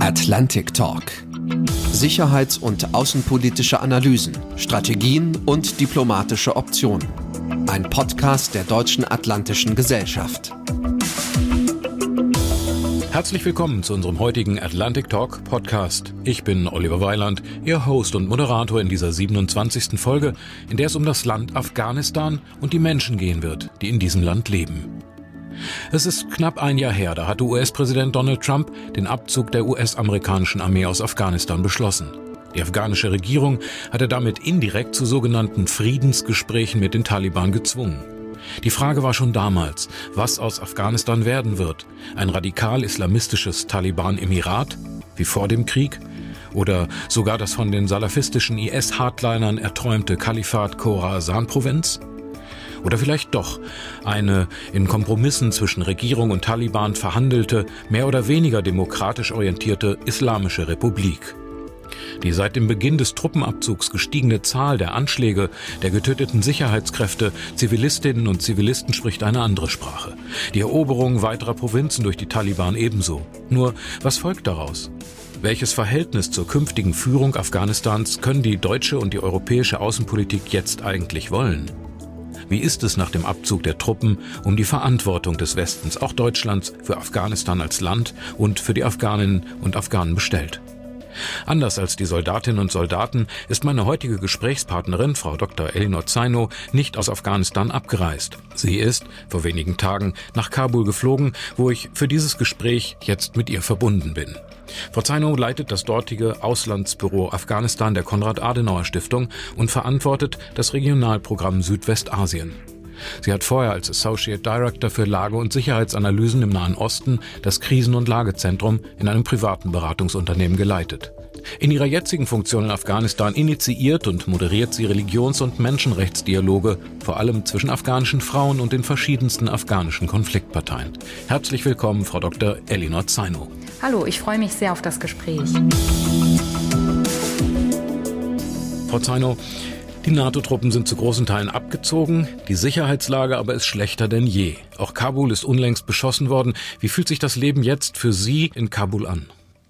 Atlantic Talk. Sicherheits- und außenpolitische Analysen, Strategien und diplomatische Optionen. Ein Podcast der Deutschen Atlantischen Gesellschaft. Herzlich willkommen zu unserem heutigen Atlantic Talk Podcast. Ich bin Oliver Weiland, Ihr Host und Moderator in dieser 27. Folge, in der es um das Land Afghanistan und die Menschen gehen wird, die in diesem Land leben. Es ist knapp ein Jahr her, da hatte US-Präsident Donald Trump den Abzug der US-amerikanischen Armee aus Afghanistan beschlossen. Die afghanische Regierung hatte damit indirekt zu sogenannten Friedensgesprächen mit den Taliban gezwungen. Die Frage war schon damals, was aus Afghanistan werden wird. Ein radikal-islamistisches Taliban-Emirat, wie vor dem Krieg? Oder sogar das von den salafistischen IS-Hardlinern erträumte Kalifat Khorasan-Provinz? Oder vielleicht doch eine in Kompromissen zwischen Regierung und Taliban verhandelte, mehr oder weniger demokratisch orientierte Islamische Republik. Die seit dem Beginn des Truppenabzugs gestiegene Zahl der Anschläge, der getöteten Sicherheitskräfte, Zivilistinnen und Zivilisten spricht eine andere Sprache. Die Eroberung weiterer Provinzen durch die Taliban ebenso. Nur, was folgt daraus? Welches Verhältnis zur künftigen Führung Afghanistans können die deutsche und die europäische Außenpolitik jetzt eigentlich wollen? Wie ist es nach dem Abzug der Truppen um die Verantwortung des Westens, auch Deutschlands, für Afghanistan als Land und für die Afghaninnen und Afghanen bestellt? Anders als die Soldatinnen und Soldaten ist meine heutige Gesprächspartnerin, Frau Dr. Elinor Zainow, nicht aus Afghanistan abgereist. Sie ist vor wenigen Tagen nach Kabul geflogen, wo ich für dieses Gespräch jetzt mit ihr verbunden bin. Frau Zainow leitet das dortige Auslandsbüro Afghanistan der Konrad-Adenauer-Stiftung und verantwortet das Regionalprogramm Südwestasien. Sie hat vorher als Associate Director für Lage- und Sicherheitsanalysen im Nahen Osten das Krisen- und Lagezentrum in einem privaten Beratungsunternehmen geleitet. In ihrer jetzigen Funktion in Afghanistan initiiert und moderiert sie Religions- und Menschenrechtsdialoge, vor allem zwischen afghanischen Frauen und den verschiedensten afghanischen Konfliktparteien. Herzlich willkommen, Frau Dr. Elinor Zainow. Hallo, ich freue mich sehr auf das Gespräch. Frau Zainow, die NATO-Truppen sind zu großen Teilen abgezogen, die Sicherheitslage aber ist schlechter denn je. Auch Kabul ist unlängst beschossen worden. Wie fühlt sich das Leben jetzt für Sie in Kabul an?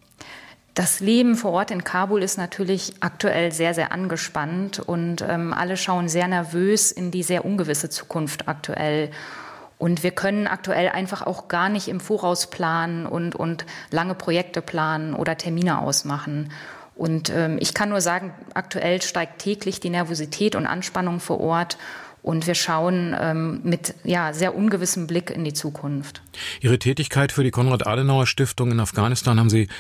Das Leben vor Ort in Kabul ist natürlich aktuell sehr, sehr angespannt und alle schauen sehr nervös in die sehr ungewisse Zukunft aktuell. Und wir können aktuell einfach auch gar nicht im Voraus planen und lange Projekte planen oder Termine ausmachen. Und ich kann nur sagen, aktuell steigt täglich die Nervosität und Anspannung vor Ort. Und wir schauen mit sehr ungewissem Blick in die Zukunft. Ihre Tätigkeit für die Konrad-Adenauer-Stiftung in Afghanistan haben Sie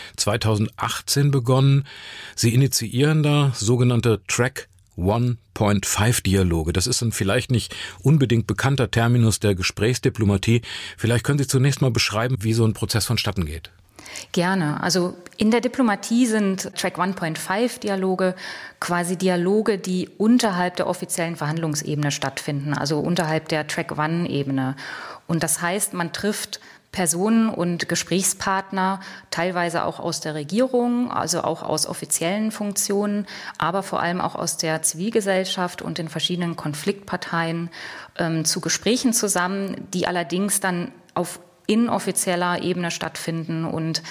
2018 begonnen. Sie initiieren da sogenannte Track 1.5-Dialoge. Das ist ein vielleicht nicht unbedingt bekannter Terminus der Gesprächsdiplomatie. Vielleicht können Sie zunächst mal beschreiben, wie so ein Prozess vonstatten geht. Gerne. Also in der Diplomatie sind Track 1.5 Dialoge quasi Dialoge, die unterhalb der offiziellen Verhandlungsebene stattfinden, also unterhalb der Track 1 Ebene. Und das heißt, man trifft Personen und Gesprächspartner, teilweise auch aus der Regierung, also auch aus offiziellen Funktionen, aber vor allem auch aus der Zivilgesellschaft und den verschiedenen Konfliktparteien zu Gesprächen zusammen, die allerdings dann auf inoffizieller Ebene stattfinden und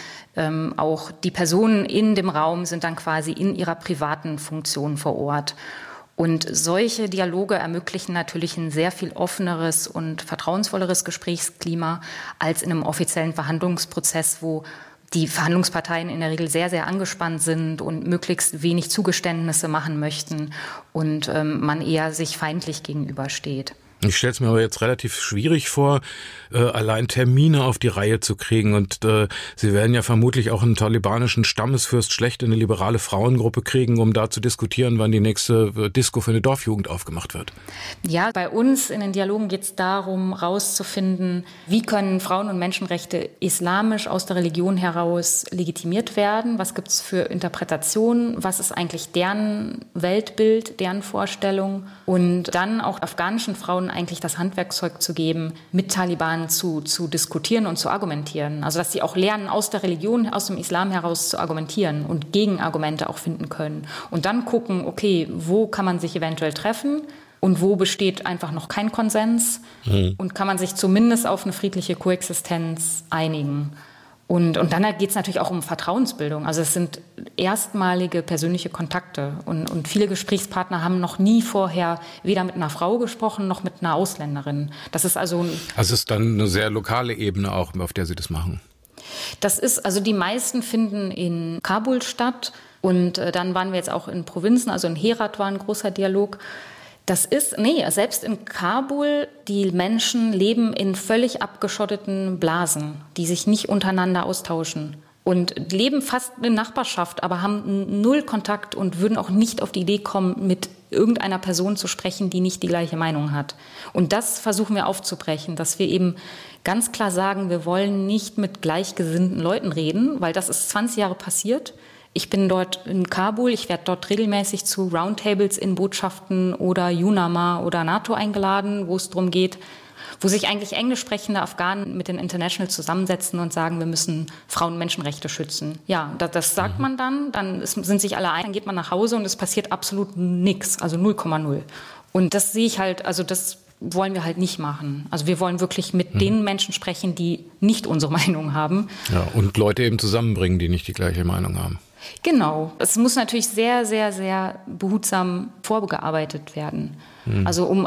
auch die Personen in dem Raum sind dann quasi in ihrer privaten Funktion vor Ort. Und solche Dialoge ermöglichen natürlich ein sehr viel offeneres und vertrauensvolleres Gesprächsklima als in einem offiziellen Verhandlungsprozess, wo die Verhandlungsparteien in der Regel sehr, sehr angespannt sind und möglichst wenig Zugeständnisse machen möchten und man eher sich feindlich gegenübersteht. Ich stelle es mir aber jetzt relativ schwierig vor, allein Termine auf die Reihe zu kriegen. Und Sie werden ja vermutlich auch einen talibanischen Stammesfürst schlecht in eine liberale Frauengruppe kriegen, um da zu diskutieren, wann die nächste Disco für eine Dorfjugend aufgemacht wird. Ja, bei uns in den Dialogen geht es darum, rauszufinden, wie können Frauen- und Menschenrechte islamisch aus der Religion heraus legitimiert werden? Was gibt es für Interpretationen? Was ist eigentlich deren Weltbild, deren Vorstellung? Und dann auch afghanischen Frauen eigentlich das Handwerkszeug zu geben, mit Taliban zu diskutieren und zu argumentieren. Also dass sie auch lernen, aus der Religion, aus dem Islam heraus zu argumentieren und Gegenargumente auch finden können. Und dann gucken, okay, wo kann man sich eventuell treffen und wo besteht einfach noch kein Konsens und kann man sich zumindest auf eine friedliche Koexistenz einigen. Und dann geht es natürlich auch um Vertrauensbildung. Also es sind erstmalige persönliche Kontakte. Und viele Gesprächspartner haben noch nie vorher weder mit einer Frau gesprochen, noch mit einer Ausländerin. Das ist also es ist dann eine sehr lokale Ebene auch, auf der Sie das machen. Das ist, also die meisten finden in Kabul statt. Und dann waren wir jetzt auch in Provinzen, also in Herat war ein großer Dialog. Selbst in Kabul, die Menschen leben in völlig abgeschotteten Blasen, die sich nicht untereinander austauschen und leben fast in Nachbarschaft, aber haben null Kontakt und würden auch nicht auf die Idee kommen, mit irgendeiner Person zu sprechen, die nicht die gleiche Meinung hat. Und das versuchen wir aufzubrechen, dass wir eben ganz klar sagen, wir wollen nicht mit gleichgesinnten Leuten reden, weil das ist 20 Jahre passiert. Ich bin dort in Kabul, ich werde dort regelmäßig zu Roundtables in Botschaften oder UNAMA oder NATO eingeladen, wo es darum geht, wo sich eigentlich englisch sprechende Afghanen mit den Internationals zusammensetzen und sagen, wir müssen Frauen- und Menschenrechte schützen. Ja, das sagt man dann sind sich alle ein, dann geht man nach Hause und es passiert absolut nichts, also 0,0. Und das sehe ich halt, also das wollen wir halt nicht machen. Also wir wollen wirklich mit den Menschen sprechen, die nicht unsere Meinung haben. Ja, und Leute eben zusammenbringen, die nicht die gleiche Meinung haben. Genau. Es muss natürlich sehr, sehr, sehr behutsam vorgearbeitet werden. Also um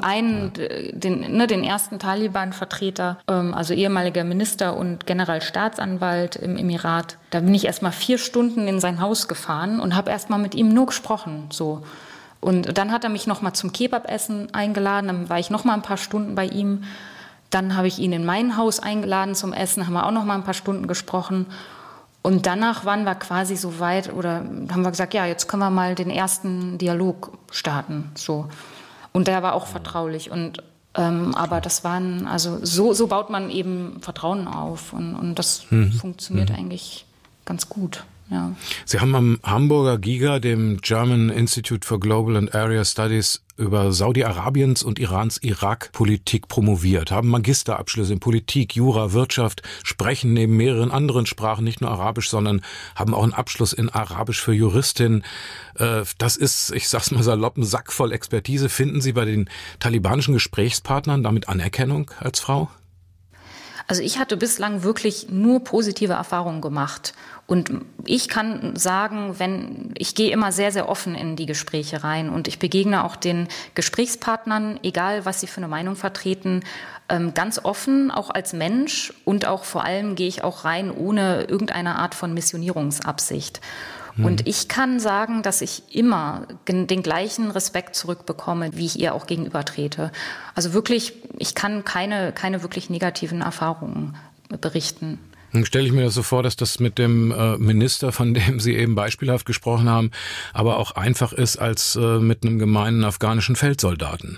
den ersten Taliban-Vertreter, also ehemaliger Minister und Generalstaatsanwalt im Emirat, da bin ich erst mal 4 Stunden in sein Haus gefahren und habe erst mal mit ihm nur gesprochen, so. Und dann hat er mich noch mal zum Kebabessen eingeladen, dann war ich noch mal ein paar Stunden bei ihm. Dann habe ich ihn in mein Haus eingeladen zum Essen, haben wir auch noch mal ein paar Stunden gesprochen. Und danach waren wir quasi so weit, oder haben wir gesagt, ja, jetzt können wir mal den ersten Dialog starten, so. Und der war auch vertraulich. Und aber das waren, also so baut man eben Vertrauen auf. Und das funktioniert eigentlich ganz gut. Ja. Sie haben am Hamburger GIGA, dem German Institute for Global and Area Studies, über Saudi-Arabiens und Irans Irak-Politik promoviert, haben Magisterabschlüsse in Politik, Jura, Wirtschaft, sprechen neben mehreren anderen Sprachen nicht nur Arabisch, sondern haben auch einen Abschluss in Arabisch für Juristin. Das ist, ich sag's mal salopp, ein Sack voll Expertise. Finden Sie bei den talibanischen Gesprächspartnern damit Anerkennung als Frau? Also ich hatte bislang wirklich nur positive Erfahrungen gemacht. Und ich kann sagen, ich gehe immer sehr, sehr offen in die Gespräche rein und ich begegne auch den Gesprächspartnern, egal was sie für eine Meinung vertreten, ganz offen, auch als Mensch, und auch vor allem gehe ich auch rein ohne irgendeine Art von Missionierungsabsicht. Und ich kann sagen, dass ich immer den gleichen Respekt zurückbekomme, wie ich ihr auch gegenübertrete. Also wirklich, ich kann keine wirklich negativen Erfahrungen berichten. Dann stelle ich mir das so vor, dass das mit dem Minister, von dem Sie eben beispielhaft gesprochen haben, aber auch einfach ist als mit einem gemeinen afghanischen Feldsoldaten.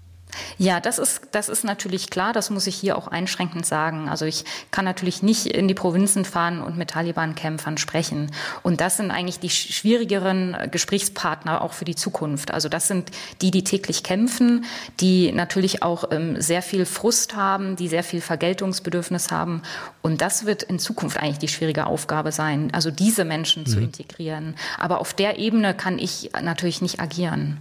Ja, das ist natürlich klar, das muss ich hier auch einschränkend sagen. Also ich kann natürlich nicht in die Provinzen fahren und mit Taliban-Kämpfern sprechen. Und das sind eigentlich die schwierigeren Gesprächspartner auch für die Zukunft. Also das sind die täglich kämpfen, die natürlich auch sehr viel Frust haben, die sehr viel Vergeltungsbedürfnis haben. Und das wird in Zukunft eigentlich die schwierige Aufgabe sein, also diese Menschen zu integrieren. Aber auf der Ebene kann ich natürlich nicht agieren.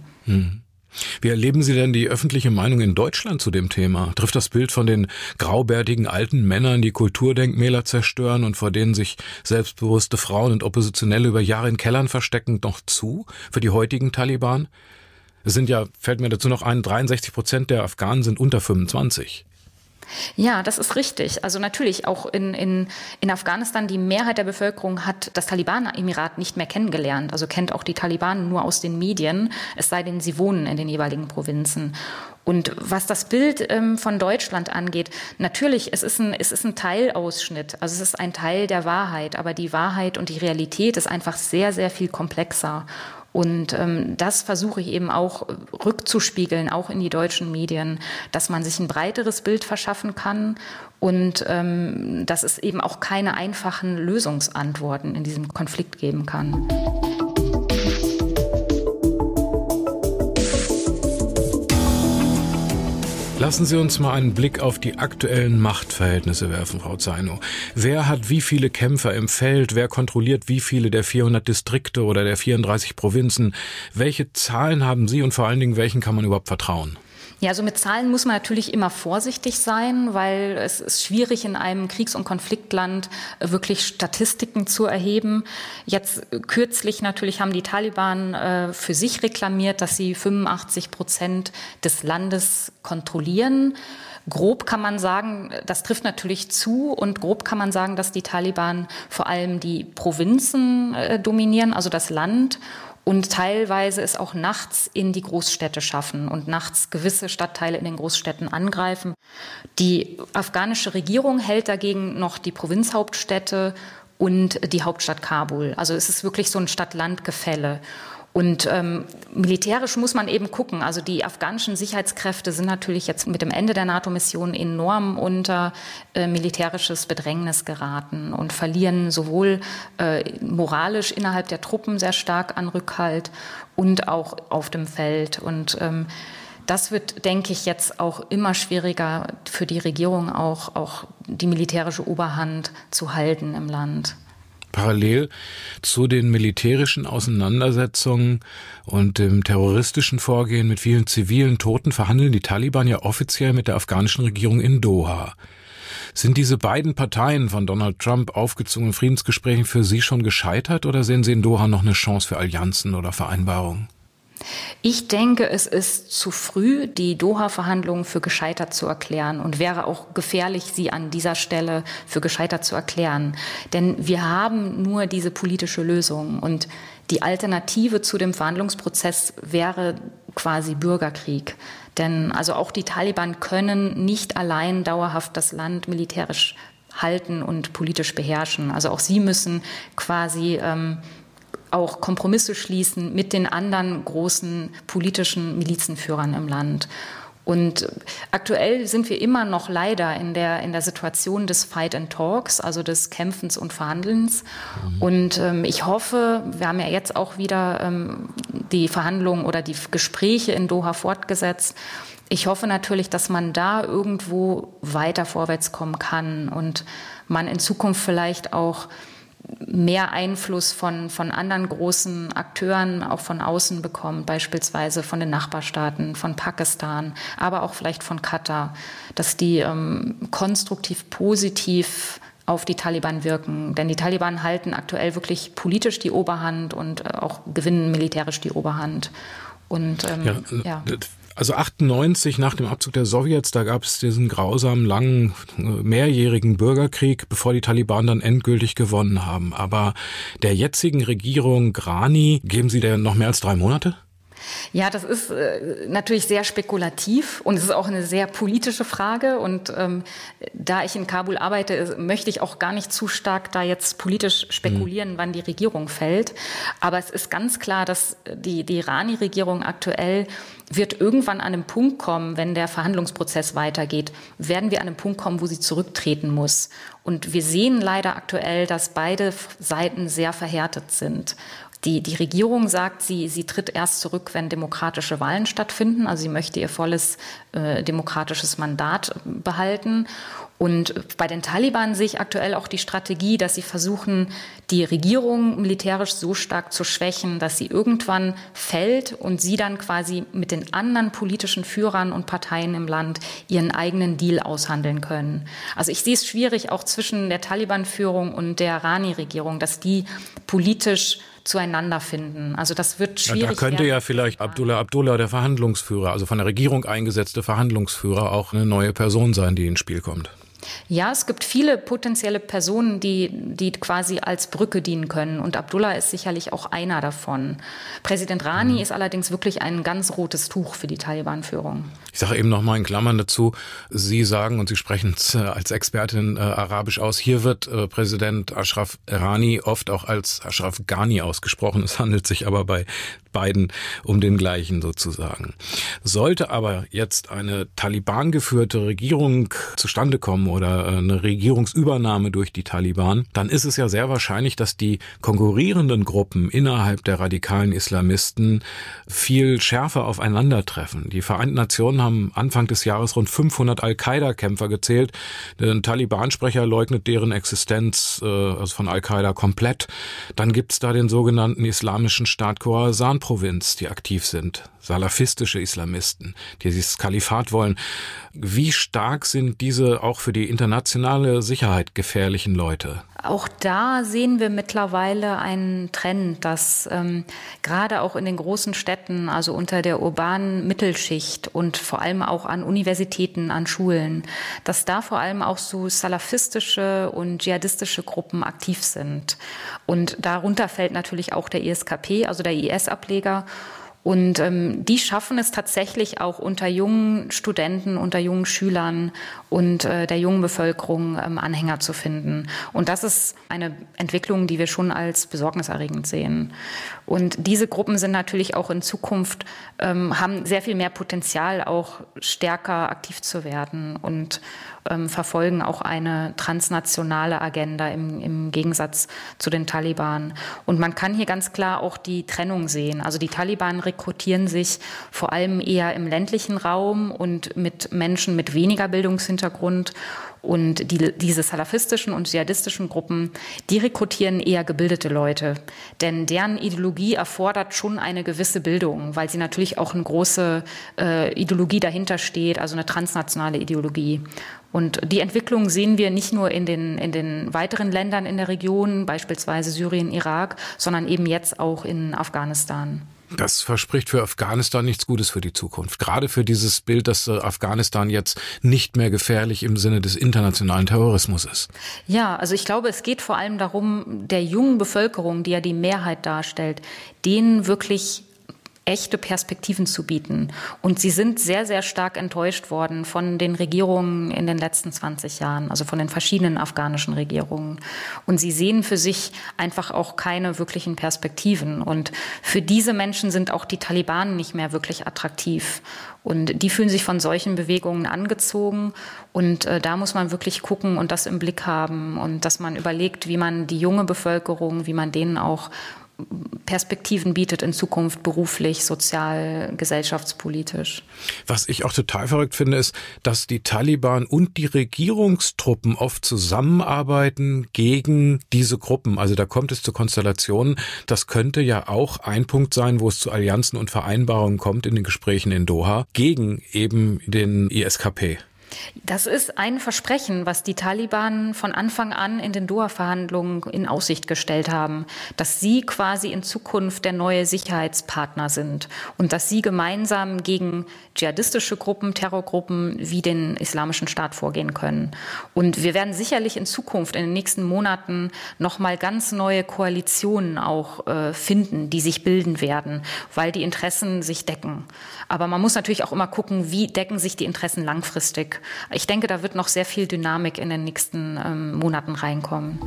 Wie erleben Sie denn die öffentliche Meinung in Deutschland zu dem Thema? Trifft das Bild von den graubärtigen alten Männern, die Kulturdenkmäler zerstören und vor denen sich selbstbewusste Frauen und Oppositionelle über Jahre in Kellern verstecken, noch zu für die heutigen Taliban? Es sind ja, fällt mir dazu noch ein, 63% der Afghanen sind unter 25. Ja, das ist richtig. Also natürlich auch in Afghanistan, die Mehrheit der Bevölkerung hat das Taliban-Emirat nicht mehr kennengelernt. Also kennt auch die Taliban nur aus den Medien, es sei denn, sie wohnen in den jeweiligen Provinzen. Und was das Bild von Deutschland angeht, natürlich, es ist ein Teilausschnitt. Also es ist ein Teil der Wahrheit. Aber die Wahrheit und die Realität ist einfach sehr, sehr viel komplexer. Und das versuche ich eben auch rückzuspiegeln, auch in die deutschen Medien, dass man sich ein breiteres Bild verschaffen kann und dass es eben auch keine einfachen Lösungsantworten in diesem Konflikt geben kann. Lassen Sie uns mal einen Blick auf die aktuellen Machtverhältnisse werfen, Frau Zaino. Wer hat wie viele Kämpfer im Feld? Wer kontrolliert wie viele der 400 Distrikte oder der 34 Provinzen? Welche Zahlen haben Sie und vor allen Dingen, welchen kann man überhaupt vertrauen? Ja, also mit Zahlen muss man natürlich immer vorsichtig sein, weil es ist schwierig, in einem Kriegs- und Konfliktland wirklich Statistiken zu erheben. Jetzt kürzlich natürlich haben die Taliban für sich reklamiert, dass sie 85% des Landes kontrollieren. Grob kann man sagen, das trifft natürlich zu, und grob kann man sagen, dass die Taliban vor allem die Provinzen dominieren, also das Land, und teilweise es auch nachts in die Großstädte schaffen und nachts gewisse Stadtteile in den Großstädten angreifen. Die afghanische Regierung hält dagegen noch die Provinzhauptstädte und die Hauptstadt Kabul. Also es ist wirklich so ein Stadt-Land-Gefälle. Und militärisch muss man eben gucken. Also die afghanischen Sicherheitskräfte sind natürlich jetzt mit dem Ende der NATO-Mission enorm unter militärisches Bedrängnis geraten und verlieren sowohl moralisch innerhalb der Truppen sehr stark an Rückhalt und auch auf dem Feld. Und das wird, denke ich, jetzt auch immer schwieriger für die Regierung, auch die militärische Oberhand zu halten im Land. Parallel zu den militärischen Auseinandersetzungen und dem terroristischen Vorgehen mit vielen zivilen Toten verhandeln die Taliban ja offiziell mit der afghanischen Regierung in Doha. Sind diese beiden Parteien von Donald Trump aufgezwungenen Friedensgesprächen für Sie schon gescheitert, oder sehen Sie in Doha noch eine Chance für Allianzen oder Vereinbarungen? Ich denke, es ist zu früh, die Doha-Verhandlungen für gescheitert zu erklären, und wäre auch gefährlich, sie an dieser Stelle für gescheitert zu erklären. Denn wir haben nur diese politische Lösung, und die Alternative zu dem Verhandlungsprozess wäre quasi Bürgerkrieg. Denn also auch die Taliban können nicht allein dauerhaft das Land militärisch halten und politisch beherrschen. Also auch sie müssen quasi auch Kompromisse schließen mit den anderen großen politischen Milizenführern im Land. Und aktuell sind wir immer noch leider in der Situation des Fight and Talks, also des Kämpfens und Verhandelns. Und ich hoffe, wir haben ja jetzt auch wieder die Verhandlungen oder die Gespräche in Doha fortgesetzt. Ich hoffe natürlich, dass man da irgendwo weiter vorwärts kommen kann und man in Zukunft vielleicht auch mehr Einfluss von anderen großen Akteuren auch von außen bekommt, beispielsweise von den Nachbarstaaten, von Pakistan, aber auch vielleicht von Katar, dass die konstruktiv positiv auf die Taliban wirken. Denn die Taliban halten aktuell wirklich politisch die Oberhand und auch gewinnen militärisch die Oberhand. Und ja. Also 98, nach dem Abzug der Sowjets, da gab es diesen grausamen, langen, mehrjährigen Bürgerkrieg, bevor die Taliban dann endgültig gewonnen haben. Aber der jetzigen Regierung Ghani geben Sie der noch mehr als 3 Monate? Ja, das ist natürlich sehr spekulativ, und es ist auch eine sehr politische Frage. Und da ich in Kabul arbeite, möchte ich auch gar nicht zu stark da jetzt politisch spekulieren, wann die Regierung fällt. Aber es ist ganz klar, dass die Irani-Regierung aktuell wird irgendwann an einem Punkt kommen, wenn der Verhandlungsprozess weitergeht, werden wir an einem Punkt kommen, wo sie zurücktreten muss. Und wir sehen leider aktuell, dass beide Seiten sehr verhärtet sind. Die Regierung sagt, sie tritt erst zurück, wenn demokratische Wahlen stattfinden. Also sie möchte ihr volles demokratisches Mandat behalten. Und bei den Taliban sehe ich aktuell auch die Strategie, dass sie versuchen, die Regierung militärisch so stark zu schwächen, dass sie irgendwann fällt und sie dann quasi mit den anderen politischen Führern und Parteien im Land ihren eigenen Deal aushandeln können. Also ich sehe es schwierig, auch zwischen der Taliban-Führung und der Rani-Regierung, dass die politisch zueinander finden. Also das wird schwierig. Da könnte ja vielleicht Abdullah, der Verhandlungsführer, also von der Regierung eingesetzte Verhandlungsführer, auch eine neue Person sein, die ins Spiel kommt. Ja, es gibt viele potenzielle Personen, die quasi als Brücke dienen können. Und Abdullah ist sicherlich auch einer davon. Präsident Rani ist allerdings wirklich ein ganz rotes Tuch für die Taliban-Führung. Ich sage eben noch mal in Klammern dazu, Sie sagen, und Sie sprechen es als Expertin arabisch aus, hier wird Präsident Ashraf Rani oft auch als Ashraf Ghani ausgesprochen. Es handelt sich aber bei beiden um den gleichen sozusagen. Sollte aber jetzt eine Taliban-geführte Regierung zustande kommen oder eine Regierungsübernahme durch die Taliban, dann ist es ja sehr wahrscheinlich, dass die konkurrierenden Gruppen innerhalb der radikalen Islamisten viel schärfer aufeinandertreffen. Die Vereinten Nationen haben Anfang des Jahres rund 500 Al-Qaida-Kämpfer gezählt. Der Taliban-Sprecher leugnet deren Existenz, also von Al-Qaida, komplett. Dann gibt's da den sogenannten Islamischen Staat Khorasan Iran-Provinz, die aktiv sind, salafistische Islamisten, die das Kalifat wollen. Wie stark sind diese auch für die internationale Sicherheit gefährlichen Leute? Auch da sehen wir mittlerweile einen Trend, dass gerade auch in den großen Städten, also unter der urbanen Mittelschicht und vor allem auch an Universitäten, an Schulen, dass da vor allem auch so salafistische und dschihadistische Gruppen aktiv sind. Und darunter fällt natürlich auch der ISKP, also der IS-Ableger. Und die schaffen es tatsächlich auch unter jungen Studenten, unter jungen Schülern und der jungen Bevölkerung Anhänger zu finden. Und das ist eine Entwicklung, die wir schon als besorgniserregend sehen. Und diese Gruppen sind natürlich auch in Zukunft, haben sehr viel mehr Potenzial, auch stärker aktiv zu werden und verfolgen auch eine transnationale Agenda im Gegensatz zu den Taliban. Und man kann hier ganz klar auch die Trennung sehen. Also die Taliban rekrutieren sich vor allem eher im ländlichen Raum und mit Menschen mit weniger Bildungshintergrund. Und diese salafistischen und dschihadistischen Gruppen, die rekrutieren eher gebildete Leute. Denn deren Ideologie erfordert schon eine gewisse Bildung, weil sie natürlich auch eine große Ideologie dahinter steht, also eine transnationale Ideologie. Und die Entwicklung sehen wir nicht nur in den weiteren Ländern in der Region, beispielsweise Syrien, Irak, sondern eben jetzt auch in Afghanistan. Das verspricht für Afghanistan nichts Gutes für die Zukunft. Gerade für dieses Bild, dass Afghanistan jetzt nicht mehr gefährlich im Sinne des internationalen Terrorismus ist. Ja, also ich glaube, es geht vor allem darum, der jungen Bevölkerung, die ja die Mehrheit darstellt, denen wirklich echte Perspektiven zu bieten. Und sie sind sehr, sehr stark enttäuscht worden von den Regierungen in den letzten 20 Jahren, also von den verschiedenen afghanischen Regierungen. Und sie sehen für sich einfach auch keine wirklichen Perspektiven. Und für diese Menschen sind auch die Taliban nicht mehr wirklich attraktiv. Und die fühlen sich von solchen Bewegungen angezogen. Und da muss man wirklich gucken und das im Blick haben. Und dass man überlegt, wie man die junge Bevölkerung, wie man denen auch Perspektiven bietet in Zukunft, beruflich, sozial, gesellschaftspolitisch. Was ich auch total verrückt finde, ist, dass die Taliban und die Regierungstruppen oft zusammenarbeiten gegen diese Gruppen. Also da kommt es zu Konstellationen. Das könnte ja auch ein Punkt sein, wo es zu Allianzen und Vereinbarungen kommt in den Gesprächen in Doha gegen eben den ISKP. Das ist ein Versprechen, was die Taliban von Anfang an in den Doha-Verhandlungen in Aussicht gestellt haben, dass sie quasi in Zukunft der neue Sicherheitspartner sind und dass sie gemeinsam gegen dschihadistische Gruppen, Terrorgruppen wie den Islamischen Staat vorgehen können. Und wir werden sicherlich in Zukunft, in den nächsten Monaten, nochmal ganz neue Koalitionen auch finden, die sich bilden werden, weil die Interessen sich decken. Aber man muss natürlich auch immer gucken, wie decken sich die Interessen langfristig. Ich denke, da wird noch sehr viel Dynamik in den nächsten Monaten reinkommen.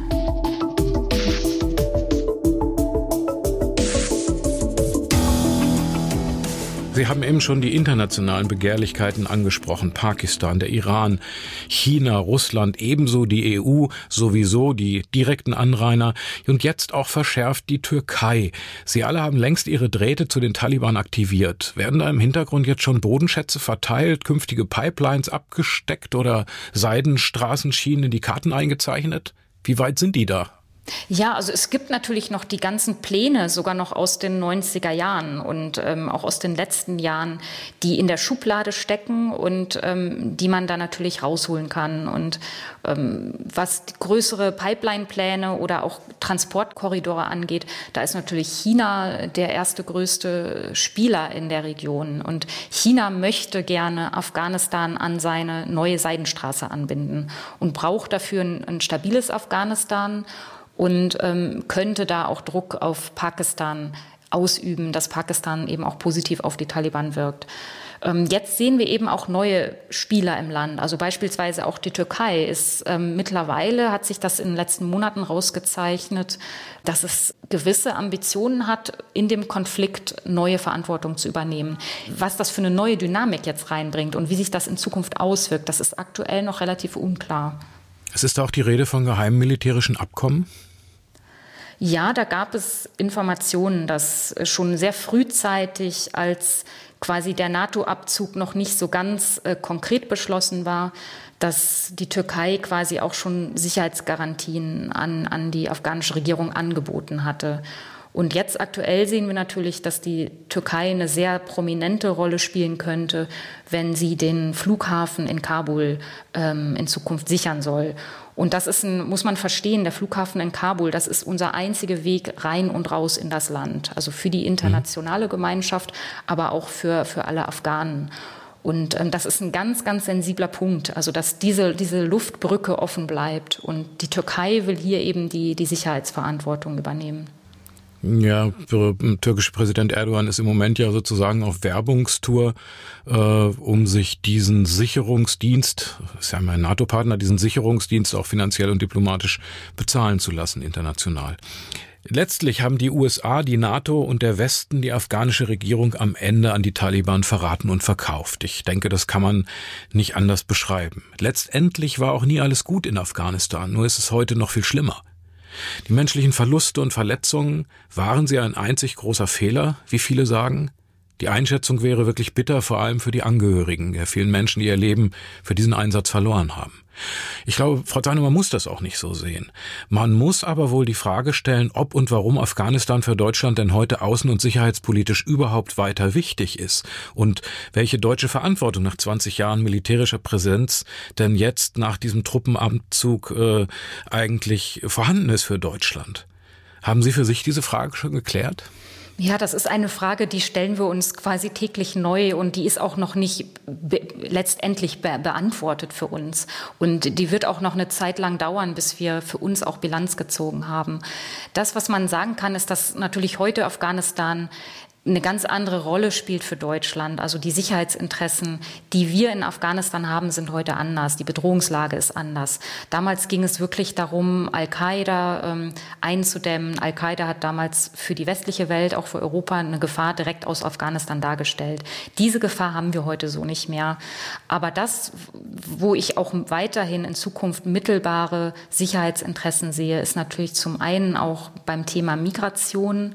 Sie haben eben schon die internationalen Begehrlichkeiten angesprochen. Pakistan, der Iran, China, Russland, ebenso die EU, sowieso die direkten Anrainer und jetzt auch verschärft die Türkei. Sie alle haben längst ihre Drähte zu den Taliban aktiviert. Werden da im Hintergrund jetzt schon Bodenschätze verteilt, künftige Pipelines abgesteckt oder Seidenstraßenschienen in die Karten eingezeichnet? Wie weit sind die da? Ja, also es gibt natürlich noch die ganzen Pläne, sogar noch aus den 90er Jahren und auch aus den letzten Jahren, die in der Schublade stecken und die man da natürlich rausholen kann. Und was größere Pipeline-Pläne oder auch Transportkorridore angeht, da ist natürlich China der erste größte Spieler in der Region. Und China möchte gerne Afghanistan an seine neue Seidenstraße anbinden und braucht dafür ein stabiles Afghanistan und könnte da auch Druck auf Pakistan ausüben, dass Pakistan eben auch positiv auf die Taliban wirkt. Jetzt sehen wir eben auch neue Spieler im Land. Also beispielsweise auch die Türkei ist mittlerweile, hat sich das in den letzten Monaten rausgezeichnet, dass es gewisse Ambitionen hat, in dem Konflikt neue Verantwortung zu übernehmen. Was das für eine neue Dynamik jetzt reinbringt und wie sich das in Zukunft auswirkt, das ist aktuell noch relativ unklar. Es ist auch die Rede von geheimen militärischen Abkommen? Ja, da gab es Informationen, dass schon sehr frühzeitig, als quasi der NATO-Abzug noch nicht so ganz konkret beschlossen war, dass die Türkei quasi auch schon Sicherheitsgarantien an die afghanische Regierung angeboten hatte. Und jetzt aktuell sehen wir natürlich, dass die Türkei eine sehr prominente Rolle spielen könnte, wenn sie den Flughafen in Kabul in Zukunft sichern soll. Und das ist muss man verstehen, der Flughafen in Kabul, das ist unser einziger Weg rein und raus in das Land. Also für die internationale Gemeinschaft, aber auch für alle Afghanen. Und das ist ein ganz, ganz sensibler Punkt, also dass diese Luftbrücke offen bleibt. Und die Türkei will hier eben die Sicherheitsverantwortung übernehmen. Ja, der türkische Präsident Erdogan ist im Moment ja sozusagen auf Werbungstour, um sich diesen Sicherungsdienst, das ist ja mein NATO-Partner, diesen Sicherungsdienst auch finanziell und diplomatisch bezahlen zu lassen, international. Letztlich haben die USA, die NATO und der Westen die afghanische Regierung am Ende an die Taliban verraten und verkauft. Ich denke, das kann man nicht anders beschreiben. Letztendlich war auch nie alles gut in Afghanistan, nur ist es heute noch viel schlimmer. Die menschlichen Verluste und Verletzungen, waren sie ein einzig großer Fehler, wie viele sagen? Die Einschätzung wäre wirklich bitter, vor allem für die Angehörigen der vielen Menschen, die ihr Leben für diesen Einsatz verloren haben. Ich glaube, Frau Zeiner, man muss das auch nicht so sehen. Man muss aber wohl die Frage stellen, ob und warum Afghanistan für Deutschland denn heute außen- und sicherheitspolitisch überhaupt weiter wichtig ist und welche deutsche Verantwortung nach 20 Jahren militärischer Präsenz denn jetzt nach diesem Truppenabzug eigentlich vorhanden ist für Deutschland. Haben Sie für sich diese Frage schon geklärt? Ja, das ist eine Frage, die stellen wir uns quasi täglich neu und die ist auch noch nicht letztendlich beantwortet für uns. Und die wird auch noch eine Zeit lang dauern, bis wir für uns auch Bilanz gezogen haben. Das, was man sagen kann, ist, dass natürlich heute Afghanistan eine ganz andere Rolle spielt für Deutschland. Also die Sicherheitsinteressen, die wir in Afghanistan haben, sind heute anders. Die Bedrohungslage ist anders. Damals ging es wirklich darum, Al-Qaida einzudämmen. Al-Qaida hat damals für die westliche Welt, auch für Europa, eine Gefahr direkt aus Afghanistan dargestellt. Diese Gefahr haben wir heute so nicht mehr. Aber das, wo ich auch weiterhin in Zukunft mittelbare Sicherheitsinteressen sehe, ist natürlich zum einen auch beim Thema Migration.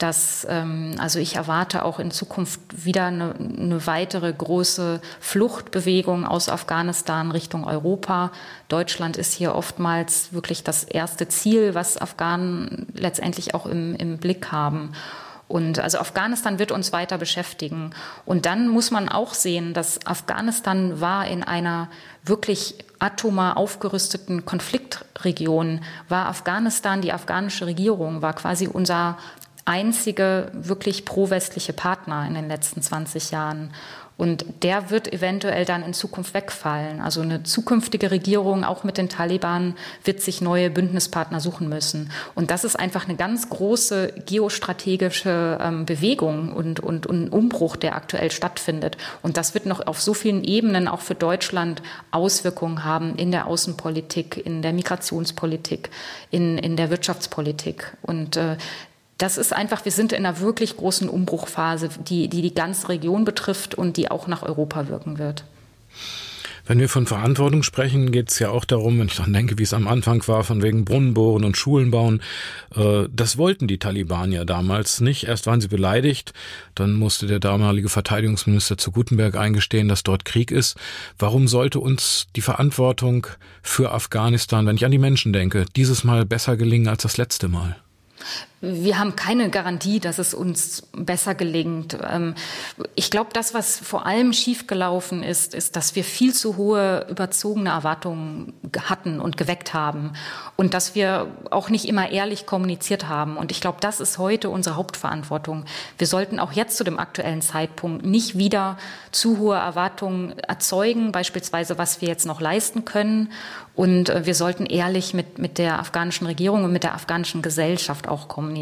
Also ich erwarte auch in Zukunft wieder eine weitere große Fluchtbewegung aus Afghanistan Richtung Europa. Deutschland ist hier oftmals wirklich das erste Ziel, was Afghanen letztendlich auch im Blick haben. Und also Afghanistan wird uns weiter beschäftigen. Und dann muss man auch sehen, dass Afghanistan war in einer wirklich atomar aufgerüsteten Konfliktregion, war Afghanistan, die afghanische Regierung, war quasi unser einzige wirklich pro-westliche Partner in den letzten 20 Jahren. Und der wird eventuell dann in Zukunft wegfallen. Also eine zukünftige Regierung, auch mit den Taliban, wird sich neue Bündnispartner suchen müssen. Und das ist einfach eine ganz große geostrategische Bewegung und ein Umbruch, der aktuell stattfindet. Und das wird noch auf so vielen Ebenen auch für Deutschland Auswirkungen haben in der Außenpolitik, in der Migrationspolitik, in der Wirtschaftspolitik. Und das ist einfach, wir sind in einer wirklich großen Umbruchphase, die ganze Region betrifft und die auch nach Europa wirken wird. Wenn wir von Verantwortung sprechen, geht es ja auch darum, wenn ich daran denke, wie es am Anfang war, von wegen Brunnen bohren und Schulen bauen. Das wollten die Taliban ja damals nicht. Erst waren sie beleidigt, dann musste der damalige Verteidigungsminister zu Guttenberg eingestehen, dass dort Krieg ist. Warum sollte uns die Verantwortung für Afghanistan, wenn ich an die Menschen denke, dieses Mal besser gelingen als das letzte Mal? Wir haben keine Garantie, dass es uns besser gelingt. Ich glaube, das, was vor allem schiefgelaufen ist, dass wir viel zu hohe überzogene Erwartungen hatten und geweckt haben und dass wir auch nicht immer ehrlich kommuniziert haben. Und ich glaube, das ist heute unsere Hauptverantwortung. Wir sollten auch jetzt zu dem aktuellen Zeitpunkt nicht wieder zu hohe Erwartungen erzeugen, beispielsweise was wir jetzt noch leisten können. Und wir sollten ehrlich mit der afghanischen Regierung und mit der afghanischen Gesellschaft auch kommunizieren.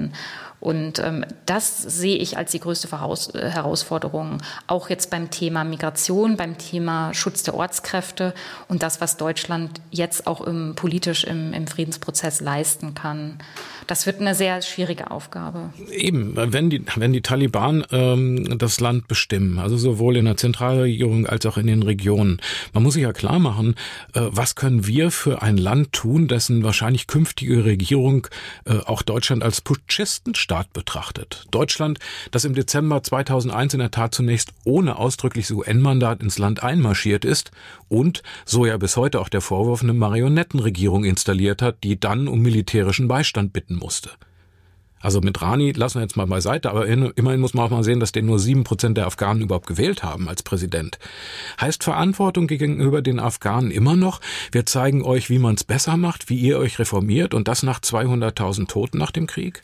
Und das sehe ich als die größte Herausforderung, auch jetzt beim Thema Migration, beim Thema Schutz der Ortskräfte und das, was Deutschland jetzt auch politisch im Friedensprozess leisten kann. Das wird eine sehr schwierige Aufgabe. Eben, wenn die Taliban das Land bestimmen, also sowohl in der Zentralregierung als auch in den Regionen. Man muss sich ja klar machen, was können wir für ein Land tun, dessen wahrscheinlich künftige Regierung auch Deutschland als Putschistenstaat betrachtet. Deutschland, das im Dezember 2001 in der Tat zunächst ohne ausdrückliches UN-Mandat ins Land einmarschiert ist und, so ja bis heute auch der Vorwurf, eine Marionettenregierung installiert hat, die dann um militärischen Beistand bitten musste. Also mit Rani lassen wir jetzt mal beiseite, aber immerhin muss man auch mal sehen, dass den nur 7% der Afghanen überhaupt gewählt haben als Präsident. Heißt Verantwortung gegenüber den Afghanen immer noch, wir zeigen euch, wie man es besser macht, wie ihr euch reformiert und das nach 200.000 Toten nach dem Krieg?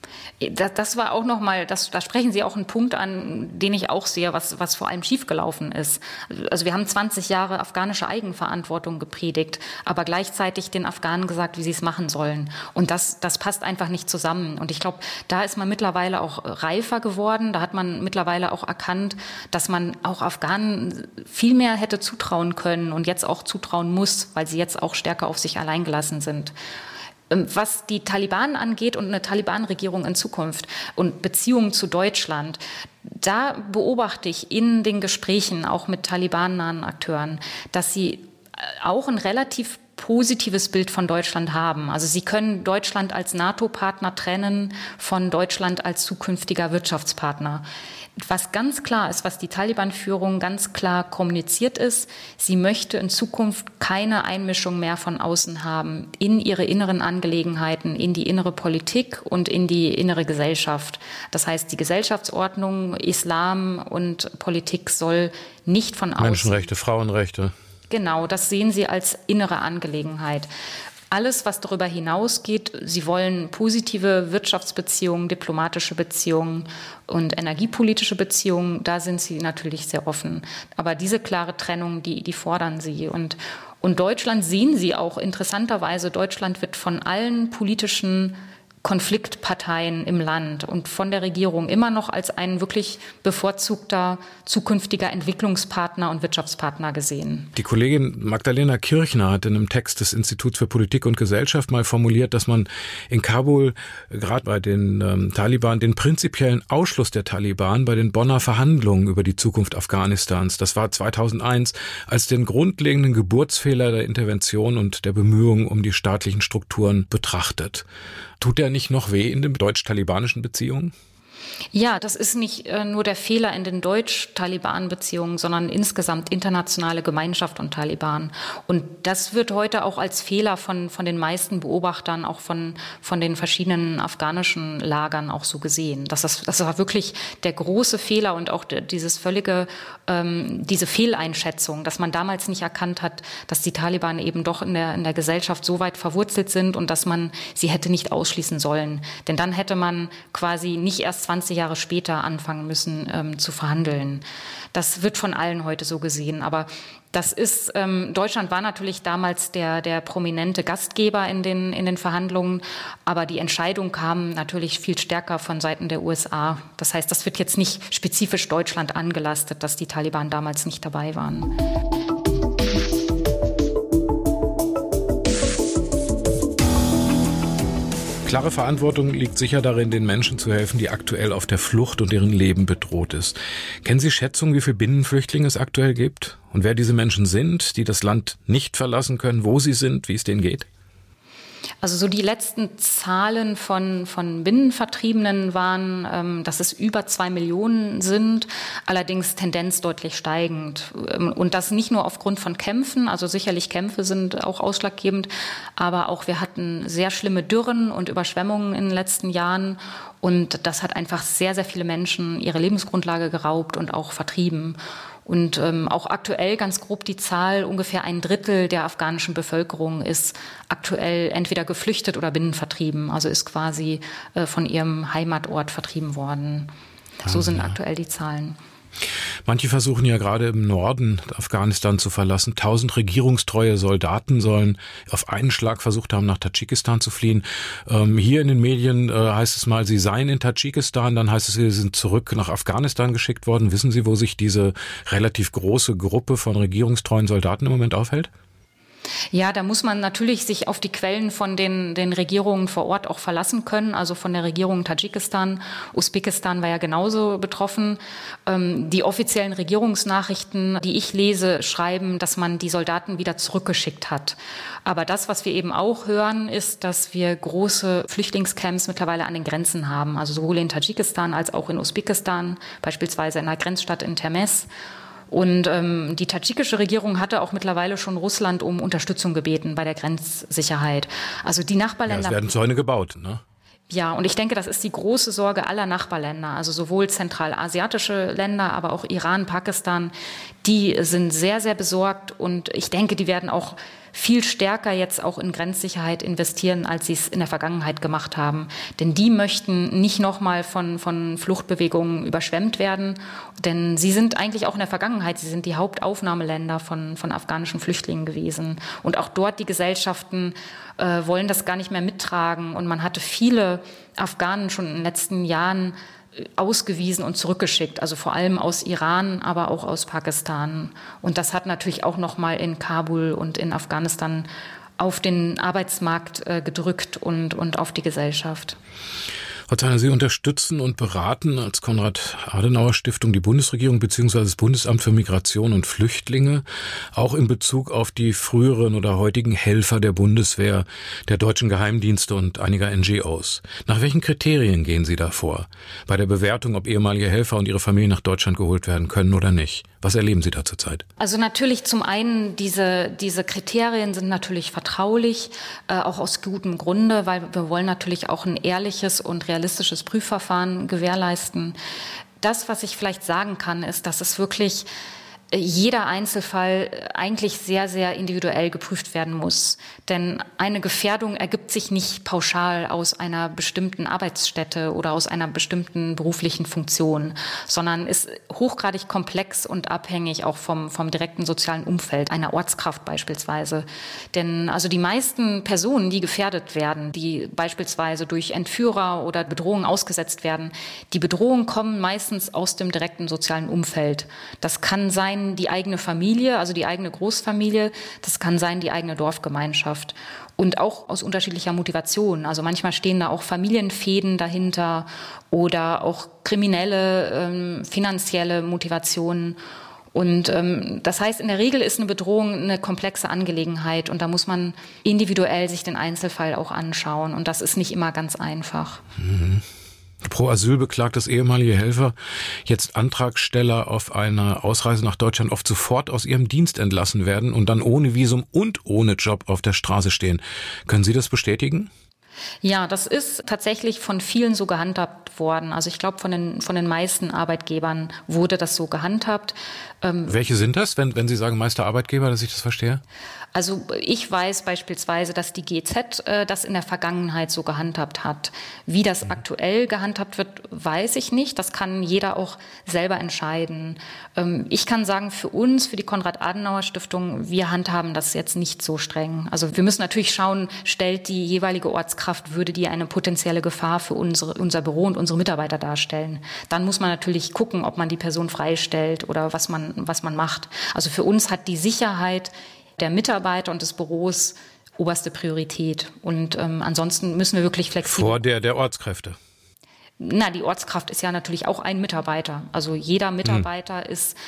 Das war auch nochmal, da sprechen Sie auch einen Punkt an, den ich auch sehe, was vor allem schiefgelaufen ist. Also wir haben 20 Jahre afghanische Eigenverantwortung gepredigt, aber gleichzeitig den Afghanen gesagt, wie sie es machen sollen. Und das passt einfach nicht zusammen. Und ich glaube, da ist man mittlerweile auch reifer geworden. Da hat man mittlerweile auch erkannt, dass man auch Afghanen viel mehr hätte zutrauen können und jetzt auch zutrauen muss, weil sie jetzt auch stärker auf sich allein gelassen sind. Was die Taliban angeht und eine Taliban-Regierung in Zukunft und Beziehungen zu Deutschland, da beobachte ich in den Gesprächen auch mit talibannahen Akteuren, dass sie auch ein relativ positives Bild von Deutschland haben. Also sie können Deutschland als NATO-Partner trennen von Deutschland als zukünftiger Wirtschaftspartner. Was ganz klar ist, was die Taliban-Führung ganz klar kommuniziert ist, sie möchte in Zukunft keine Einmischung mehr von außen haben in ihre inneren Angelegenheiten, in die innere Politik und in die innere Gesellschaft. Das heißt, die Gesellschaftsordnung, Islam und Politik soll nicht von außen. Menschenrechte, Frauenrechte. Genau, das sehen sie als innere Angelegenheit. Alles, was darüber hinausgeht, sie wollen positive Wirtschaftsbeziehungen, diplomatische Beziehungen und energiepolitische Beziehungen, da sind sie natürlich sehr offen. Aber diese klare Trennung, die fordern sie. Und Deutschland sehen sie auch interessanterweise. Deutschland wird von allen politischen Konfliktparteien im Land und von der Regierung immer noch als ein wirklich bevorzugter zukünftiger Entwicklungspartner und Wirtschaftspartner gesehen. Die Kollegin Magdalena Kirchner hat in einem Text des Instituts für Politik und Gesellschaft mal formuliert, dass man in Kabul, gerade bei den Taliban, den prinzipiellen Ausschluss der Taliban bei den Bonner Verhandlungen über die Zukunft Afghanistans, das war 2001, als den grundlegenden Geburtsfehler der Intervention und der Bemühungen um die staatlichen Strukturen betrachtet. Tut der nicht noch weh in den deutsch-talibanischen Beziehungen? Ja, das ist nicht nur der Fehler in den Deutsch-Taliban-Beziehungen, sondern insgesamt internationale Gemeinschaft und Taliban. Und das wird heute auch als Fehler von den meisten Beobachtern, auch von den verschiedenen afghanischen Lagern auch so gesehen. Das war wirklich der große Fehler und auch diese Fehleinschätzung, dass man damals nicht erkannt hat, dass die Taliban eben doch in der Gesellschaft so weit verwurzelt sind und dass man sie hätte nicht ausschließen sollen. Denn dann hätte man quasi nicht erst 20 Jahre später anfangen müssen zu verhandeln. Das wird von allen heute so gesehen. Aber das ist, Deutschland war natürlich damals der prominente Gastgeber in den Verhandlungen, aber die Entscheidung kam natürlich viel stärker von Seiten der USA. Das heißt, das wird jetzt nicht spezifisch Deutschland angelastet, dass die Taliban damals nicht dabei waren. Klare Verantwortung liegt sicher darin, den Menschen zu helfen, die aktuell auf der Flucht und deren Leben bedroht ist. Kennen Sie Schätzungen, wie viele Binnenflüchtlinge es aktuell gibt? Und wer diese Menschen sind, die das Land nicht verlassen können, wo sie sind, wie es denen geht? Also so die letzten Zahlen von Binnenvertriebenen waren, dass es über 2 Millionen sind, allerdings Tendenz deutlich steigend. Und das nicht nur aufgrund von Kämpfen, also sicherlich Kämpfe sind auch ausschlaggebend, aber auch wir hatten sehr schlimme Dürren und Überschwemmungen in den letzten Jahren und das hat einfach sehr, sehr viele Menschen ihre Lebensgrundlage geraubt und auch vertrieben. Und auch aktuell ganz grob die Zahl, ungefähr 1/3 der afghanischen Bevölkerung ist aktuell entweder geflüchtet oder binnenvertrieben, also ist quasi von ihrem Heimatort vertrieben worden. So sind aktuell die Zahlen. Manche versuchen ja gerade im Norden Afghanistan zu verlassen. 1000 regierungstreue Soldaten sollen auf einen Schlag versucht haben, nach Tadschikistan zu fliehen. Hier in den Medien heißt es mal, sie seien in Tadschikistan, dann heißt es, sie sind zurück nach Afghanistan geschickt worden. Wissen Sie, wo sich diese relativ große Gruppe von regierungstreuen Soldaten im Moment aufhält? Ja, da muss man natürlich sich auf die Quellen von den Regierungen vor Ort auch verlassen können, also von der Regierung Tadschikistan. Usbekistan war ja genauso betroffen. Die offiziellen Regierungsnachrichten, die ich lese, schreiben, dass man die Soldaten wieder zurückgeschickt hat. Aber das, was wir eben auch hören, ist, dass wir große Flüchtlingscamps mittlerweile an den Grenzen haben, also sowohl in Tadschikistan als auch in Usbekistan, beispielsweise in der Grenzstadt in Termez. Und die tadschikische Regierung hatte auch mittlerweile schon Russland um Unterstützung gebeten bei der Grenzsicherheit. Also die Nachbarländer. Ja, es werden Zäune gebaut, ne? Ja, und ich denke, das ist die große Sorge aller Nachbarländer, also sowohl zentralasiatische Länder, aber auch Iran, Pakistan, die sind sehr, sehr besorgt und ich denke, die werden auch viel stärker jetzt auch in Grenzsicherheit investieren, als sie es in der Vergangenheit gemacht haben. Denn die möchten nicht nochmal von Fluchtbewegungen überschwemmt werden, denn sie sind eigentlich auch in der Vergangenheit, sie sind die Hauptaufnahmeländer von afghanischen Flüchtlingen gewesen. Und auch dort die Gesellschaften wollen das gar nicht mehr mittragen. Und man hatte viele Afghanen schon in den letzten Jahren ausgewiesen und zurückgeschickt, also vor allem aus Iran, aber auch aus Pakistan. Und das hat natürlich auch nochmal in Kabul und in Afghanistan auf den Arbeitsmarkt gedrückt und auf die Gesellschaft. Frau Zeiner, Sie unterstützen und beraten als Konrad-Adenauer-Stiftung die Bundesregierung bzw. das Bundesamt für Migration und Flüchtlinge, auch in Bezug auf die früheren oder heutigen Helfer der Bundeswehr, der deutschen Geheimdienste und einiger NGOs. Nach welchen Kriterien gehen Sie da vor? Bei der Bewertung, ob ehemalige Helfer und ihre Familien nach Deutschland geholt werden können oder nicht. Was erleben Sie da zurzeit? Also natürlich zum einen, diese Kriterien sind natürlich vertraulich, auch aus gutem Grunde, weil wir wollen natürlich auch ein ehrliches und realistisches Prüfverfahren gewährleisten. Das, was ich vielleicht sagen kann, ist, dass es wirklich jeder Einzelfall eigentlich sehr, sehr individuell geprüft werden muss. Denn eine Gefährdung ergibt sich nicht pauschal aus einer bestimmten Arbeitsstätte oder aus einer bestimmten beruflichen Funktion, sondern ist hochgradig komplex und abhängig auch vom direkten sozialen Umfeld, einer Ortskraft beispielsweise. Denn also die meisten Personen, die gefährdet werden, die beispielsweise durch Entführer oder Bedrohungen ausgesetzt werden, die Bedrohungen kommen meistens aus dem direkten sozialen Umfeld. Das kann sein, die eigene Familie, also die eigene Großfamilie, das kann sein die eigene Dorfgemeinschaft und auch aus unterschiedlicher Motivation. Also manchmal stehen da auch Familienfehden dahinter oder auch kriminelle, finanzielle Motivationen. Und das heißt, in der Regel ist eine Bedrohung eine komplexe Angelegenheit und da muss man individuell sich den Einzelfall auch anschauen und das ist nicht immer ganz einfach. Mhm. Pro Asyl beklagt das ehemalige Helfer, jetzt Antragsteller auf eine Ausreise nach Deutschland oft sofort aus ihrem Dienst entlassen werden und dann ohne Visum und ohne Job auf der Straße stehen. Können Sie das bestätigen? Ja, das ist tatsächlich von vielen so gehandhabt worden. Also ich glaube, von den meisten Arbeitgebern wurde das so gehandhabt. Welche sind das, wenn Sie sagen meiste Arbeitgeber, dass ich das verstehe? Also ich weiß beispielsweise, dass die GZ das in der Vergangenheit so gehandhabt hat. Wie das aktuell gehandhabt wird, weiß ich nicht. Das kann jeder auch selber entscheiden. Ich kann sagen, für uns, für die Konrad-Adenauer-Stiftung, wir handhaben das jetzt nicht so streng. Also wir müssen natürlich schauen, stellt die jeweilige Ortskraft, würde die eine potenzielle Gefahr für unser Büro und unsere Mitarbeiter darstellen. Dann muss man natürlich gucken, ob man die Person freistellt oder was man macht. Also für uns hat die Sicherheit der Mitarbeiter und des Büros oberste Priorität. Und ansonsten müssen wir wirklich flexibel... Vor der Ortskräfte? Na, die Ortskraft ist ja natürlich auch ein Mitarbeiter. Also jeder Mitarbeiter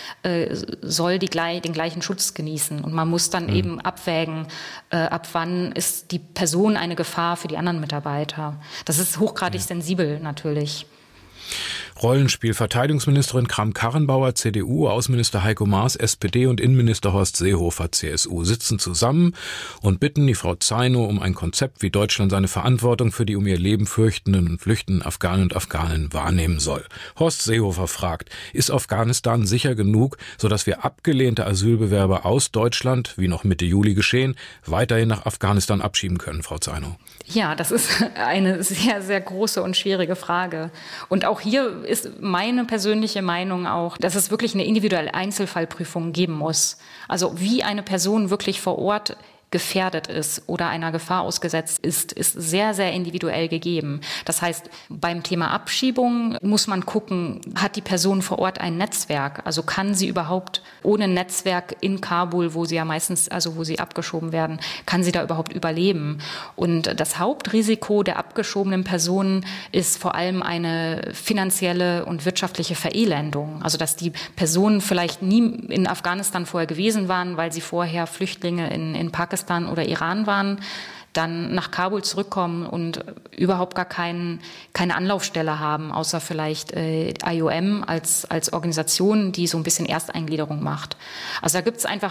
soll den gleichen Schutz genießen. Und man muss dann eben abwägen, ab wann ist die Person eine Gefahr für die anderen Mitarbeiter. Das ist hochgradig sensibel natürlich. Rollenspiel. Verteidigungsministerin Kramp-Karrenbauer, CDU, Außenminister Heiko Maas, SPD und Innenminister Horst Seehofer, CSU, sitzen zusammen und bitten die Frau Zeinow um ein Konzept, wie Deutschland seine Verantwortung für die um ihr Leben fürchtenden und flüchtenden Afghanen und Afghaninnen wahrnehmen soll. Horst Seehofer fragt, ist Afghanistan sicher genug, sodass wir abgelehnte Asylbewerber aus Deutschland, wie noch Mitte Juli geschehen, weiterhin nach Afghanistan abschieben können, Frau Zeinow? Ja, das ist eine sehr, sehr große und schwierige Frage. Und auch hier ist meine persönliche Meinung auch, dass es wirklich eine individuelle Einzelfallprüfung geben muss. Also wie eine Person wirklich vor Ort gefährdet ist oder einer Gefahr ausgesetzt ist sehr, sehr individuell gegeben. Das heißt, beim Thema Abschiebung muss man gucken, hat die Person vor Ort ein Netzwerk? Also kann sie überhaupt ohne Netzwerk in Kabul, wo sie ja meistens, also wo sie abgeschoben werden, kann sie da überhaupt überleben? Und das Hauptrisiko der abgeschobenen Personen ist vor allem eine finanzielle und wirtschaftliche Verelendung. Also dass die Personen vielleicht nie in Afghanistan vorher gewesen waren, weil sie vorher Flüchtlinge in Pakistan oder Iran waren, dann nach Kabul zurückkommen und überhaupt gar keine Anlaufstelle haben, außer vielleicht IOM als Organisation, die so ein bisschen Ersteingliederung macht. Also da gibt es einfach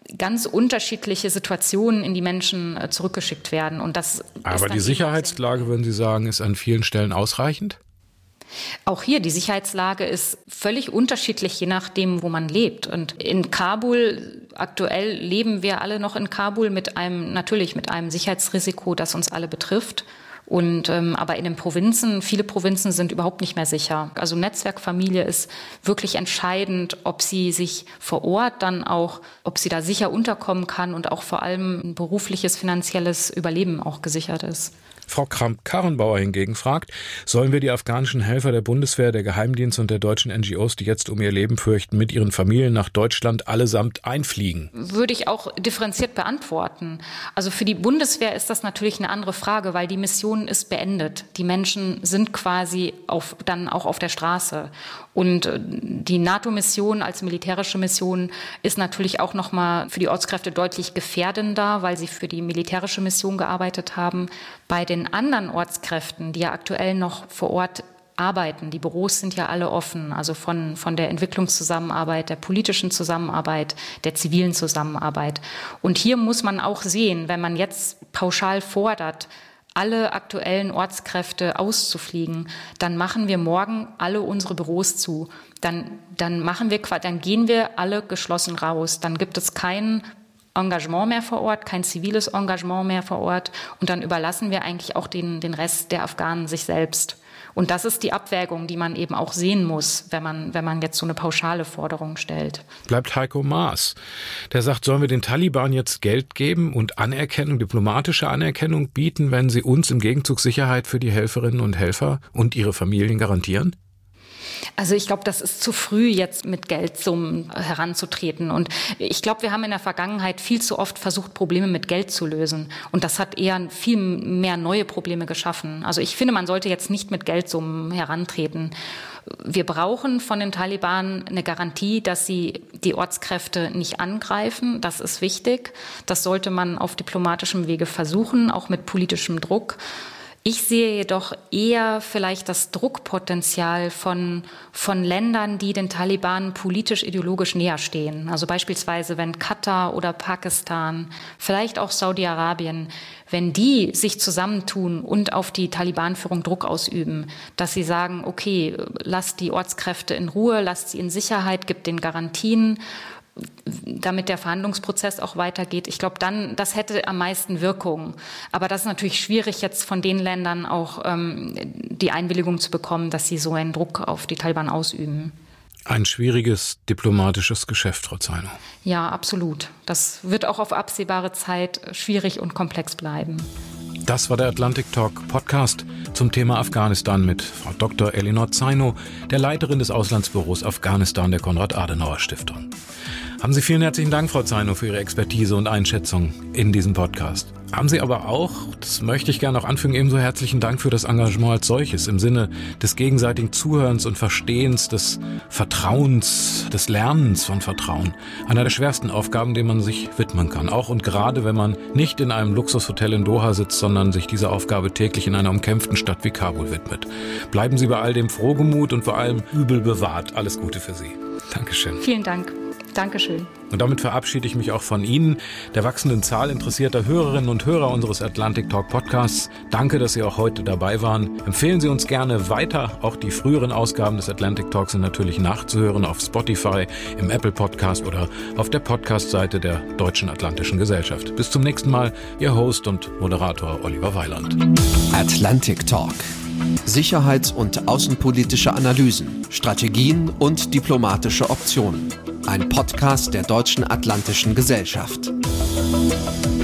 ganz unterschiedliche Situationen, in die Menschen zurückgeschickt werden. Und das Aber die Sicherheitslage, würden Sie sagen, ist an vielen Stellen ausreichend? Auch hier, die Sicherheitslage ist völlig unterschiedlich, je nachdem, wo man lebt. Und in Kabul, aktuell leben wir alle noch in Kabul mit einem Sicherheitsrisiko, das uns alle betrifft. Und aber in den Provinzen, viele Provinzen sind überhaupt nicht mehr sicher. Also Netzwerkfamilie ist wirklich entscheidend, ob sie sich vor Ort dann auch, ob sie da sicher unterkommen kann und auch vor allem ein berufliches, finanzielles Überleben auch gesichert ist. Frau Kramp-Karrenbauer hingegen fragt, sollen wir die afghanischen Helfer der Bundeswehr, der Geheimdienste und der deutschen NGOs, die jetzt um ihr Leben fürchten, mit ihren Familien nach Deutschland allesamt einfliegen? Würde ich auch differenziert beantworten. Also für die Bundeswehr ist das natürlich eine andere Frage, weil die Mission ist beendet. Die Menschen sind quasi dann auch auf der Straße. Und die NATO-Mission als militärische Mission ist natürlich auch nochmal für die Ortskräfte deutlich gefährdender, weil sie für die militärische Mission gearbeitet haben. Bei den anderen Ortskräften, die ja aktuell noch vor Ort arbeiten, die Büros sind ja alle offen, also von der Entwicklungszusammenarbeit, der politischen Zusammenarbeit, der zivilen Zusammenarbeit. Und hier muss man auch sehen, wenn man jetzt pauschal fordert, alle aktuellen Ortskräfte auszufliegen, dann machen wir morgen alle unsere Büros zu. Dann gehen wir alle geschlossen raus. Dann gibt es kein Engagement mehr vor Ort, kein ziviles Engagement mehr vor Ort. Und dann überlassen wir eigentlich auch den Rest der Afghanen sich selbst. Und das ist die Abwägung, die man eben auch sehen muss, wenn man jetzt so eine pauschale Forderung stellt. Bleibt Heiko Maas. Der sagt, sollen wir den Taliban jetzt Geld geben und Anerkennung, diplomatische Anerkennung bieten, wenn sie uns im Gegenzug Sicherheit für die Helferinnen und Helfer und ihre Familien garantieren? Also ich glaube, das ist zu früh, jetzt mit Geldsummen heranzutreten. Und ich glaube, wir haben in der Vergangenheit viel zu oft versucht, Probleme mit Geld zu lösen. Und das hat eher viel mehr neue Probleme geschaffen. Also ich finde, man sollte jetzt nicht mit Geldsummen herantreten. Wir brauchen von den Taliban eine Garantie, dass sie die Ortskräfte nicht angreifen. Das ist wichtig. Das sollte man auf diplomatischem Wege versuchen, auch mit politischem Druck. Ich sehe jedoch eher vielleicht das Druckpotenzial von Ländern, die den Taliban politisch-ideologisch näher stehen. Also beispielsweise, wenn Katar oder Pakistan, vielleicht auch Saudi-Arabien, wenn die sich zusammentun und auf die Taliban-Führung Druck ausüben, dass sie sagen, okay, lasst die Ortskräfte in Ruhe, lasst sie in Sicherheit, gibt den Garantien, damit der Verhandlungsprozess auch weitergeht. Ich glaube, das hätte am meisten Wirkung. Aber das ist natürlich schwierig, jetzt von den Ländern auch die Einwilligung zu bekommen, dass sie so einen Druck auf die Taliban ausüben. Ein schwieriges diplomatisches Geschäft, Frau Zeino. Ja, absolut. Das wird auch auf absehbare Zeit schwierig und komplex bleiben. Das war der Atlantic Talk Podcast zum Thema Afghanistan mit Frau Dr. Elinor Zeino, der Leiterin des Auslandsbüros Afghanistan der Konrad-Adenauer-Stiftung. Haben Sie vielen herzlichen Dank, Frau Zeino, für Ihre Expertise und Einschätzung in diesem Podcast. Haben Sie aber auch, das möchte ich gerne noch anfügen, ebenso herzlichen Dank für das Engagement als solches im Sinne des gegenseitigen Zuhörens und Verstehens, des Vertrauens, des Lernens von Vertrauen. Einer der schwersten Aufgaben, denen man sich widmen kann. Auch und gerade, wenn man nicht in einem Luxushotel in Doha sitzt, sondern sich dieser Aufgabe täglich in einer umkämpften Stadt wie Kabul widmet. Bleiben Sie bei all dem frohgemut und vor allem übel bewahrt. Alles Gute für Sie. Dankeschön. Vielen Dank. Dankeschön. Und damit verabschiede ich mich auch von Ihnen, der wachsenden Zahl interessierter Hörerinnen und Hörer unseres Atlantic Talk Podcasts. Danke, dass Sie auch heute dabei waren. Empfehlen Sie uns gerne weiter. Auch die früheren Ausgaben des Atlantic Talks sind natürlich nachzuhören auf Spotify, im Apple Podcast oder auf der Podcast-Seite der Deutschen Atlantischen Gesellschaft. Bis zum nächsten Mal, Ihr Host und Moderator Oliver Weiland. Atlantic Talk. Sicherheits- und außenpolitische Analysen, Strategien und diplomatische Optionen. Ein Podcast der Deutschen Atlantischen Gesellschaft.